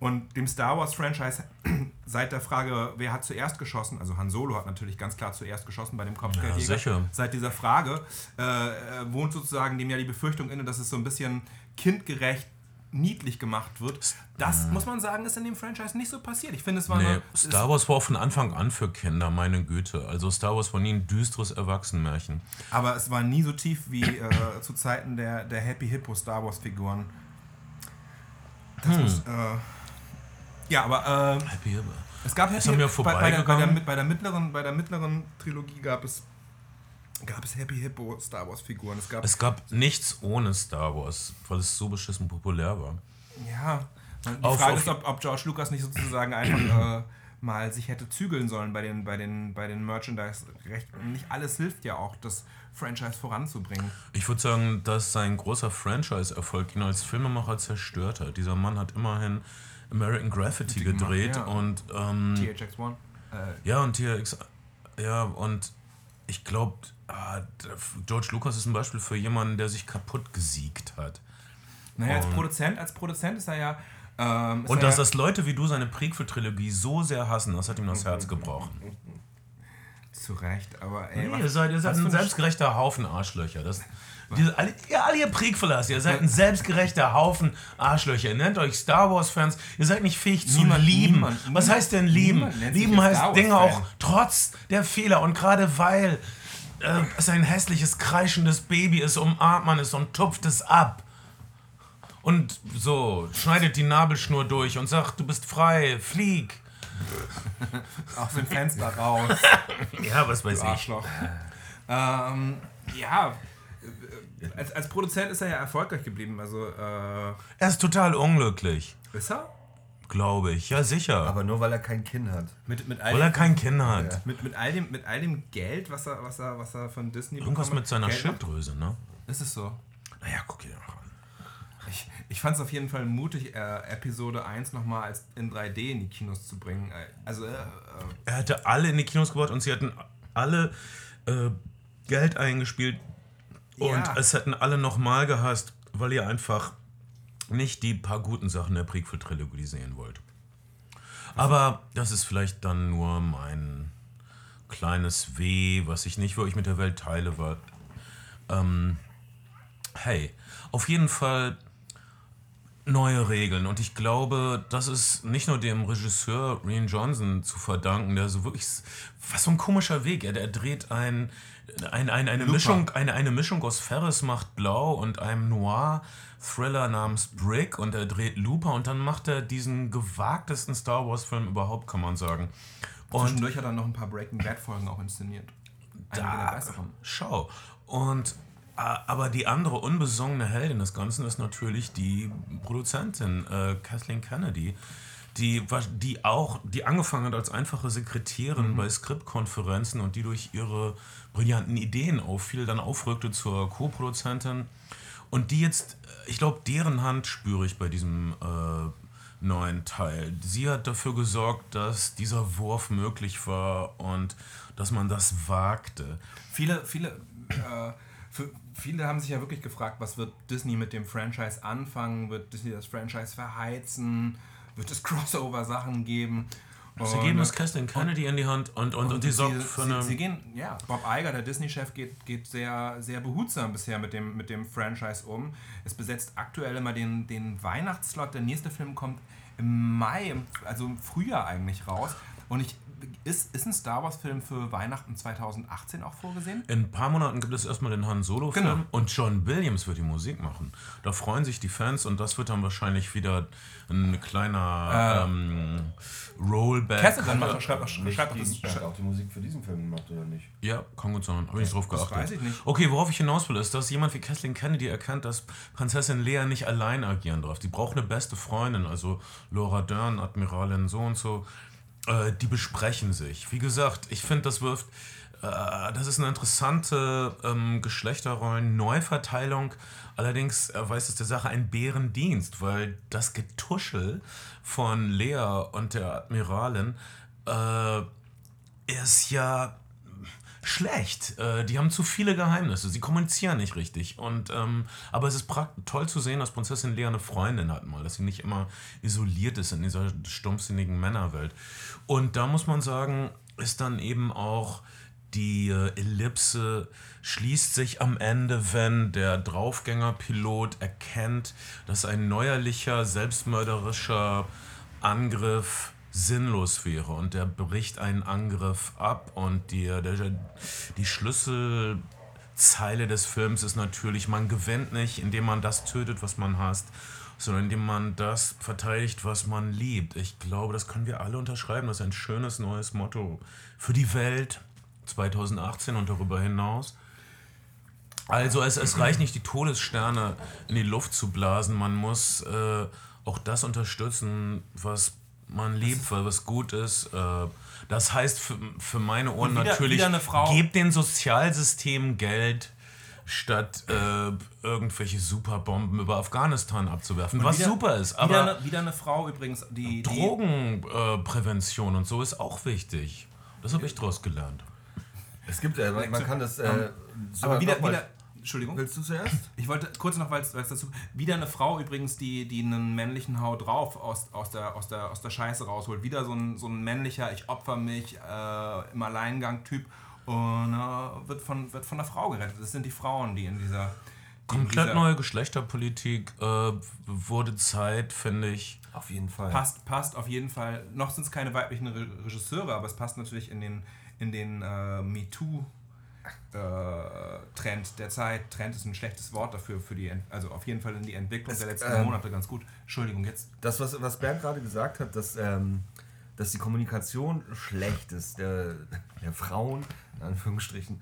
Und dem Star Wars Franchise seit der Frage, wer hat zuerst geschossen, also Han Solo hat natürlich ganz klar zuerst geschossen bei dem Kopfgeldjäger. Ja, sicher. Seit dieser Frage wohnt sozusagen dem ja die Befürchtung inne, dass es so ein bisschen kindgerecht niedlich gemacht wird. Das, muss man sagen, ist in dem Franchise nicht so passiert. Ich finde, es war Star Wars war von Anfang an für Kinder, meine Güte. Also Star Wars war nie ein düsteres Erwachsenenmärchen. Aber es war nie so tief wie zu Zeiten der Happy Hippo Star Wars Figuren. Das muss, ja, aber Happy Hippo. es gab Ist an mir vorbeigegangen? bei der mittleren Trilogie gab es Happy Hippo Star Wars Figuren. Es gab nichts ohne Star Wars, weil es so beschissen populär war. Ja, die Frage ist, ob George Lucas nicht sozusagen einfach mal sich hätte zügeln sollen bei den Merchandise-Rechten. Und nicht alles hilft ja auch, das Franchise voranzubringen. Ich würde sagen, dass sein großer Franchise-Erfolg ihn als Filmemacher zerstört hat. Dieser Mann hat immerhin American Graffiti gedreht und THX-1. ja, und THX, ja, und ich glaube, George Lucas ist ein Beispiel für jemanden, der sich kaputt gesiegt hat. Naja, als Produzent ist er ja... und dass Leute wie du seine Prequel-Trilogie so sehr hassen, das hat ihm das Herz gebrochen. Zu Recht, aber ey... Nee, ihr seid ein selbstgerechter Haufen Arschlöcher. Ihr Prequelers, ihr seid ein selbstgerechter Haufen Arschlöcher. Ihr nennt euch Star Wars-Fans, ihr seid nicht fähig zu lieben. Was heißt denn lieben? Lieben heißt Dinge auch trotz der Fehler und gerade weil es ein hässliches, kreischendes Baby ist, umarmt man es und tupft es ab. Und so, schneidet die Nabelschnur durch und sagt, du bist frei, flieg. Aus dem Fenster raus. Ja, was weiß ich. Arschloch. Ja, als Produzent ist er ja erfolgreich geblieben. Also, er ist total unglücklich. Ist er? Glaube ich, ja sicher. Aber nur weil er kein Kind hat. Weil er kein Kind hat. Ja. Mit all dem Geld, was er von Disney irgendwas bekommen, mit seiner Geld Schilddrüse, ne? Ist es so? Naja, guck dir doch an. Ich fand es auf jeden Fall mutig, Episode 1 nochmal in 3D in die Kinos zu bringen. Also, er hatte alle in die Kinos gebracht und sie hatten alle Geld eingespielt und es hätten alle nochmal gehasst, weil ihr einfach nicht die paar guten Sachen der Prequel-Trilogie sehen wollt. Aber das ist vielleicht dann nur mein kleines Weh, was ich nicht wirklich mit der Welt teile, weil hey, auf jeden Fall neue Regeln. Und ich glaube, das ist nicht nur dem Regisseur Rian Johnson zu verdanken, der so wirklich, was für ein komischer Weg. Der dreht eine Mischung aus Ferris macht Blau und einem Noir-Thriller namens Brick und er dreht Looper und dann macht er diesen gewagtesten Star Wars-Film überhaupt, kann man sagen. Und zwischendurch hat er noch ein paar Breaking Bad-Folgen auch inszeniert. Schau. Und aber die andere unbesungene Heldin des Ganzen ist natürlich die Produzentin Kathleen Kennedy, die angefangen hat als einfache Sekretärin bei Skriptkonferenzen und die durch ihre brillanten Ideen auffiel, dann aufrückte zur Co-Produzentin und die jetzt, ich glaube, deren Hand spüre ich bei diesem neuen Teil. Sie hat dafür gesorgt, dass dieser Wurf möglich war und dass man das wagte. Viele haben sich ja wirklich gefragt, was wird Disney mit dem Franchise anfangen? Wird Disney das Franchise verheizen? Wird es Crossover-Sachen geben? Sie geben es Kathleen Kennedy in die Hand und die sorgt für eine... Bob Iger, der Disney-Chef, geht sehr, sehr behutsam bisher mit dem Franchise um. Es besetzt aktuell immer den Weihnachtsslot. Der nächste Film kommt im Mai, also im Frühjahr eigentlich raus. Und ist ein Star Wars Film für Weihnachten 2018 auch vorgesehen? In ein paar Monaten gibt es erstmal den Han Solo Film und John Williams wird die Musik machen. Da freuen sich die Fans und das wird dann wahrscheinlich wieder ein kleiner Rollback. Cassidy schreibt auch die Musik für diesen Film gemacht, oder nicht? Ja, kann gut sein. Habe ich nicht drauf geachtet. Das weiß ich nicht. Okay, worauf ich hinaus will, ist, dass jemand wie Kathleen Kennedy erkennt, dass Prinzessin Leia nicht allein agieren darf. Die braucht eine beste Freundin, also Laura Dern, Admiralin so und so. Die besprechen sich. Wie gesagt, ich finde, das ist eine interessante Geschlechterrollen-Neuverteilung. Allerdings erweist es der Sache einen Bärendienst, weil das Getuschel von Lea und der Admiralin ist ja schlecht. Die haben zu viele Geheimnisse. Sie kommunizieren nicht richtig. Aber es ist toll zu sehen, dass Prinzessin Leia eine Freundin hat mal. Dass sie nicht immer isoliert ist in dieser stumpfsinnigen Männerwelt. Und da muss man sagen, ist dann eben auch die Ellipse schließt sich am Ende, wenn der Draufgängerpilot erkennt, dass ein neuerlicher, selbstmörderischer Angriff sinnlos wäre und der bricht einen Angriff ab und die Schlüsselzeile des Films ist natürlich, man gewinnt nicht, indem man das tötet, was man hasst, sondern indem man das verteidigt, was man liebt. Ich glaube, das können wir alle unterschreiben. Das ist ein schönes neues Motto für die Welt 2018 und darüber hinaus. Also es reicht nicht, die Todessterne in die Luft zu blasen. Man muss auch das unterstützen, was man liebt, weil was gut ist. Das heißt für meine Ohren natürlich, gebt den Sozialsystemen Geld, statt irgendwelche Superbomben über Afghanistan abzuwerfen, und was super ist. Aber wieder eine Frau übrigens, die Drogenprävention und so ist auch wichtig. Das habe ich daraus gelernt. Es gibt man kann das aber wieder Entschuldigung. Willst du zuerst? Ich wollte kurz noch, weil es dazu... Wieder eine Frau übrigens, die einen männlichen Hau drauf aus der Scheiße rausholt. Wieder so ein männlicher, ich opfer mich, im Alleingang-Typ und wird von einer Frau gerettet. Das sind die Frauen, die in dieser... Komplett neue Geschlechterpolitik wurde Zeit, finde ich. Auf jeden Fall. Passt auf jeden Fall. Noch sind es keine weiblichen Regisseure, aber es passt natürlich in den MeToo Trend der Zeit. Trend ist ein schlechtes Wort dafür, also auf jeden Fall in die Entwicklung der letzten Monate ganz gut. Entschuldigung, jetzt. Das, was Bernd gerade gesagt hat, dass die Kommunikation schlecht ist, der Frauen, in Anführungsstrichen,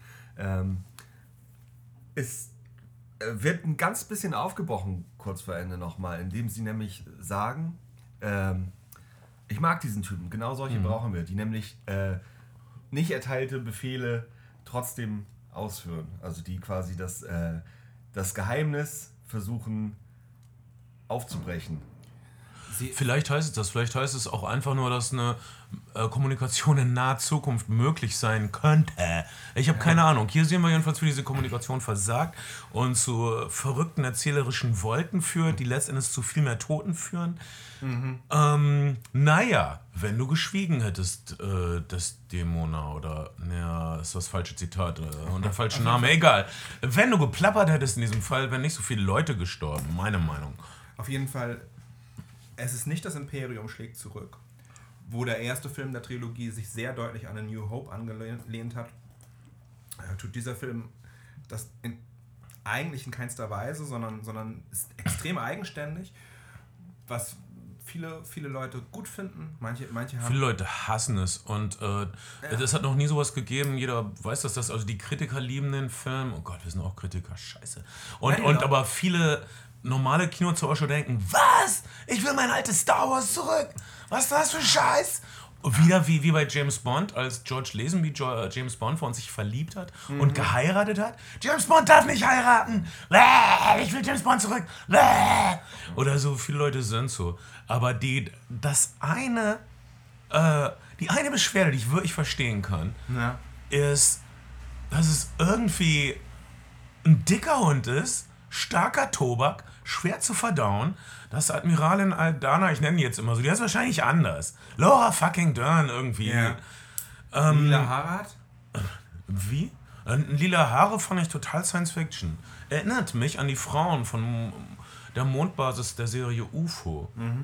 wird ein ganz bisschen aufgebrochen, kurz vor Ende nochmal, indem sie nämlich sagen, ich mag diesen Typen, genau solche brauchen wir, die nämlich nicht erteilte Befehle trotzdem ausführen. Also die quasi das Geheimnis versuchen aufzubrechen. Vielleicht heißt es auch einfach nur, dass eine Kommunikation in naher Zukunft möglich sein könnte. Ich habe keine Ahnung. Hier sehen wir jedenfalls, wie diese Kommunikation versagt und zu verrückten erzählerischen Wolken führt, die letztendlich zu viel mehr Toten führen. Naja, wenn du geschwiegen hättest, Desdemona oder, ist das falsche Zitat und der falsche Name, egal. Wenn du geplappert hättest in diesem Fall, wären nicht so viele Leute gestorben, meine Meinung. Auf jeden Fall, es ist nicht das Imperium schlägt zurück, wo der erste Film der Trilogie sich sehr deutlich an A New Hope angelehnt hat. Tut dieser Film das eigentlich in keinster Weise, sondern ist extrem eigenständig, was viele Leute gut finden, manche haben... Viele Leute hassen es und es hat noch nie sowas gegeben, jeder weiß, dass das, also die Kritiker lieben den Film, oh Gott, wir sind auch Kritiker, scheiße. Aber viele normale Kinozuschauer denken, was? Ich will mein altes Star Wars zurück, was ist das für Scheiß? Wieder wie bei James Bond, als George Lazenby James Bond vor uns sich verliebt hat und geheiratet hat. James Bond darf nicht heiraten! Ich will James Bond zurück! Oder so, viele Leute sind so. Aber die eine Beschwerde, die ich wirklich verstehen kann, ist, dass es irgendwie ein dicker Hund ist, starker Tobak, schwer zu verdauen, dass Admiralin Aldana, ich nenne die jetzt immer so, die heißt wahrscheinlich anders. Laura fucking Dern irgendwie. Ja. Lila Haare hat? Wie? Lila Haare fand ich total Science Fiction. Erinnert mich an die Frauen von der Mondbasis der Serie UFO.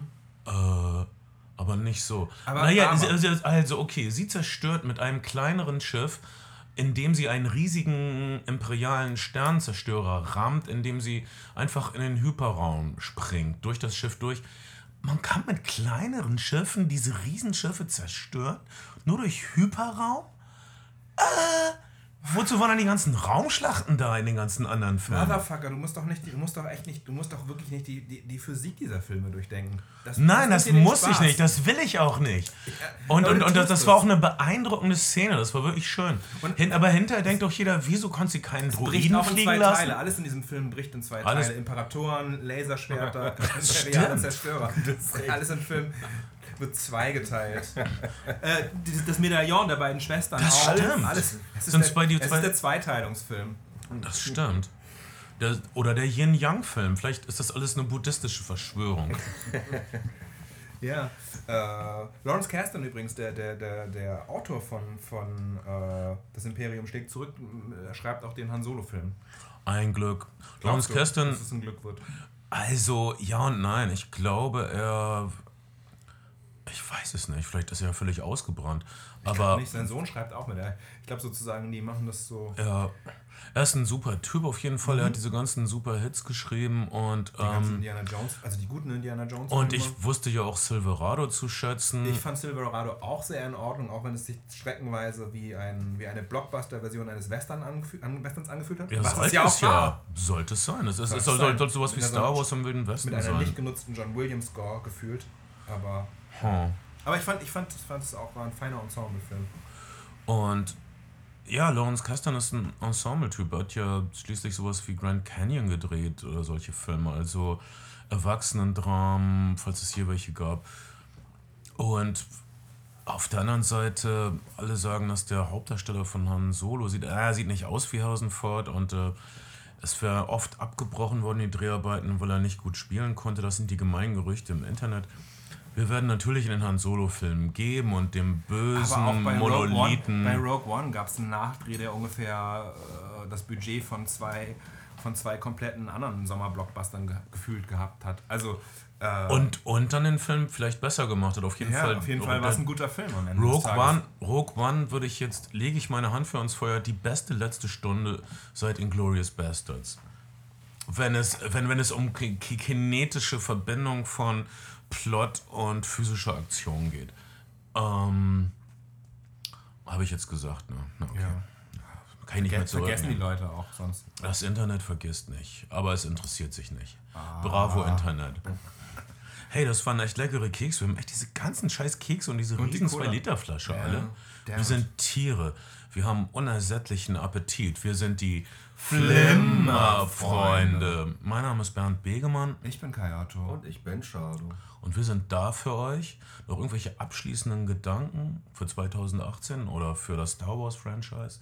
Aber nicht so. Also okay, sie zerstört mit einem kleineren Schiff, indem sie einen riesigen imperialen Sternzerstörer rammt, indem sie einfach in den Hyperraum springt, durch das Schiff durch. Man kann mit kleineren Schiffen diese Riesenschiffe zerstören, nur durch Hyperraum? Wozu waren dann die ganzen Raumschlachten da in den ganzen anderen Filmen? Motherfucker, du musst doch wirklich nicht die Physik dieser Filme durchdenken. Nein, das muss ich nicht, das will ich auch nicht. Und das war auch eine beeindruckende Szene, das war wirklich schön. Aber hinterher denkt doch jeder, wieso konnte sie keinen Droiden fliegen lassen? Teile. Alles in diesem Film bricht in zwei Teile. Imperatoren, Laserschwerter, imperiale Zerstörer. Alles im Film wird zweigeteilt. Das Medaillon der beiden Schwestern. Das stimmt. Alles. Es ist der Zweiteilungsfilm. Das stimmt. Oder der Yin-Yang-Film. Vielleicht ist das alles eine buddhistische Verschwörung. Ja. Lawrence Kasdan übrigens, der Autor von Das Imperium schlägt zurück, schreibt auch den Han Solo-Film. Ein Glück. Lawrence Kasdan. Dass es ein Glück wird. Also, ja und nein. Ich glaube, ich weiß es nicht. Vielleicht ist er ja völlig ausgebrannt. Aber nicht, sein Sohn schreibt auch mit. Ich glaube sozusagen, die machen das so. Ja, er ist ein super Typ auf jeden Fall. Er hat diese ganzen super Hits geschrieben und die ganzen Indiana Jones, also die guten Indiana Jones. Und ich wusste ja auch Silverado zu schätzen. Ich fand Silverado auch sehr in Ordnung, auch wenn es sich streckenweise wie eine Blockbuster-Version eines Westerns angefühlt hat. Ja, sollte es sein. Es soll sowas wie Star Wars im Wilden Westen sein. Mit einer nicht genutzten John Williams-Score gefühlt, aber... Aber ich fand es auch war ein feiner Ensemble-Film. Und ja, Lawrence Kasdan ist ein Ensemble-Typ. Er hat ja schließlich sowas wie Grand Canyon gedreht oder solche Filme. Also Erwachsenendramen, falls es hier welche gab. Und auf der anderen Seite, alle sagen, dass der Hauptdarsteller von Han Solo sieht nicht aus wie Harrison Ford und es wäre oft abgebrochen worden, die Dreharbeiten, weil er nicht gut spielen konnte. Das sind die gemeinen Gerüchte im Internet. Wir werden natürlich in den Han Solo-Film geben und dem bösen aber auch bei Monolithen. Bei Rogue One gab es einen Nachdreh, der ungefähr das Budget von zwei kompletten anderen Sommerblockbustern gefühlt gehabt hat. Also und dann den Film vielleicht besser gemacht hat. Auf jeden Fall war es ein guter Film am Ende Rogue One lege ich meine Hand für ins Feuer, die beste letzte Stunde seit Inglourious Bastards. Wenn es um kinetische Verbindung von Plot und physische Aktion geht. Habe ich jetzt gesagt, ne? Na, okay. Ja. Kann ich nicht mehr vergessen die Leute auch sonst. Das Internet vergisst nicht, aber es interessiert sich nicht. Bravo Internet. Hey, das waren echt leckere Kekse. Wir haben echt diese ganzen scheiß Kekse und diese riesen 2-Liter-Flasche alle. Wir sind Tiere. Wir haben unersättlichen Appetit. Wir sind die Flimmerfreunde. Mein Name ist Bernd Begemann. Ich bin Kai Otto. Und ich bin Shado. Und wir sind da für euch. Noch irgendwelche abschließenden Gedanken für 2018 oder für das Star Wars Franchise?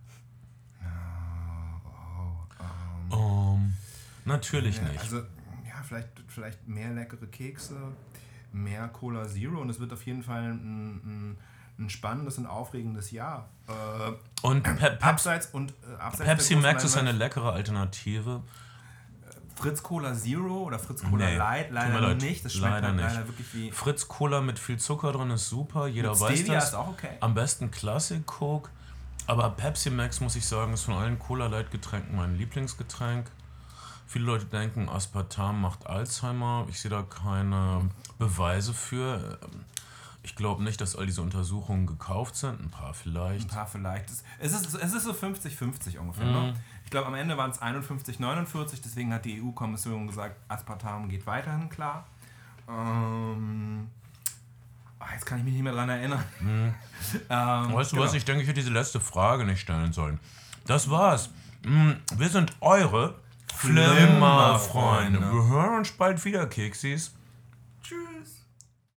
Natürlich nicht. Also, ja, vielleicht mehr leckere Kekse, mehr Cola Zero und es wird auf jeden Fall ein spannendes und aufregendes Jahr. Und abseits Pepsi Max ist eine leckere Alternative. Fritz Cola Zero oder Fritz Cola Light leider nicht. Das schmeckt leider wirklich wie... Fritz Cola mit viel Zucker drin ist super, jeder weiß Stevia das. Ist auch okay. Am besten Classic Coke. Aber Pepsi Max, muss ich sagen, ist von allen Cola-Light-Getränken mein Lieblingsgetränk. Viele Leute denken, Aspartam macht Alzheimer. Ich sehe da keine Beweise für. Ich glaube nicht, dass all diese Untersuchungen gekauft sind. Ein paar vielleicht. Es ist so 50-50 ungefähr. Ne? Ich glaube, am Ende waren es 51-49. Deswegen hat die EU-Kommission gesagt, Aspartam geht weiterhin klar. Jetzt kann ich mich nicht mehr dran erinnern. Weißt du was, ich denke, ich hätte diese letzte Frage nicht stellen sollen. Das war's. Wir sind eure Flimmerfreunde. Wir hören uns bald wieder, Keksis.